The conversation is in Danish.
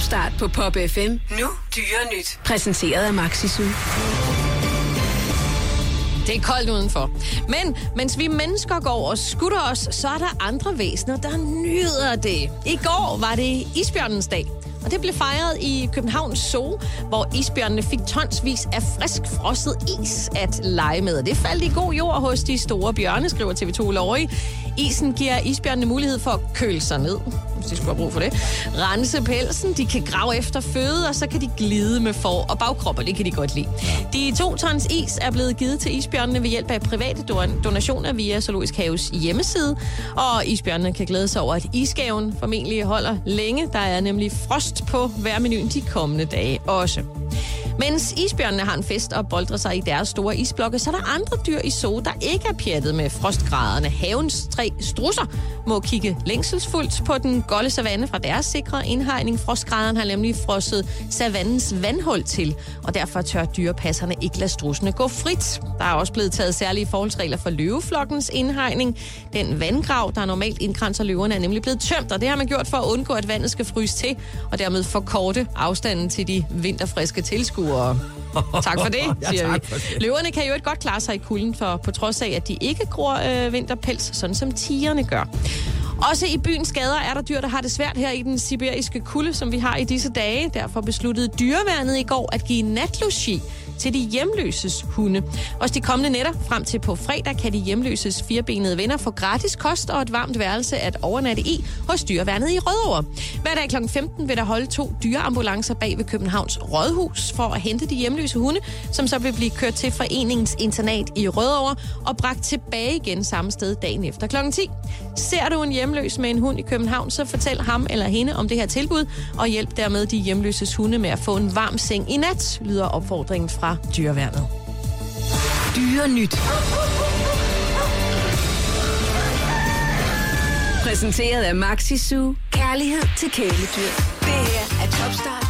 Topstart på Pop FM. Nu dyre nyt. Præsenteret af Maxisul. Det er koldt udenfor. Men mens vi mennesker går og skutter os, så er der andre væsener, der nyder det. I går var det isbjørnens dag. Og det blev fejret i Københavns Zoo, hvor isbjørnene fik tonsvis af frisk frosset is at lege med. Det faldt i god jord hos de store bjørne, skriver TV2 Lorry. Isen giver isbjørnene mulighed for at køle sig ned, hvis de skulle have brug for det. Rense pelsen, de kan grave efter føde, og så kan de glide med for- og bagkrop, og det kan de godt lide. De 2 tons is er blevet givet til isbjørnene ved hjælp af private donationer via Zoologisk Haves hjemmeside. Og isbjørnene kan glæde sig over, at isgaven formentlig holder længe. Der er nemlig frost på vejrmenuen de kommende dage også. Mens isbjørnene har en fest og boldrer sig i deres store isblokke, så er der andre dyr i zoo, der ikke er pjattet med frostgraderne. Havens 3 strudser må kigge længselsfuldt på den golde savanne fra deres sikre indhegning. Frostgraderne har nemlig frosset savannens vandhul til, og derfor tør dyrepasserne ikke lade strudsene gå frit. Der er også blevet taget særlige forholdsregler for løveflokkens indhegning. Den vandgrav, der normalt indkranser løverne, er nemlig blevet tømt, og det har man gjort for at undgå, at vandet skal fryse til, og dermed forkorte afstanden til de vinterfriske tilskuere. Tak for det, siger vi. Løverne kan jo ikke godt klare sig i kulden, for på trods af, at de ikke gror vinterpels, sådan som tigerne gør. Også i byens gader er der dyr, der har det svært her i den sibiriske kulde, som vi har i disse dage. Derfor besluttede dyreværnet i går at give natlogi til de hjemløses hunde. Også de kommende nætter frem til på fredag kan de hjemløses 4-benede venner få gratis kost og et varmt værelse at overnatte i hos dyreværnet i Rødovre. Hver dag kl. 15 vil der holde 2 dyreambulancer bag ved Københavns Rådhus for at hente de hjemløse hunde, som så vil blive kørt til foreningens internat i Rødovre og bragt tilbage igen samme sted dagen efter kl. 10. Ser du en hjemløs med en hund i København, så fortæl ham eller hende om det her tilbud og hjælp dermed de hjemløses hunde med at få en varm seng i nat, lyder opfordringen fra dyreværnet. Dyre nyt. Præsenteret af Maxisul. Kærlighed til kæledyr. Det her er Topstart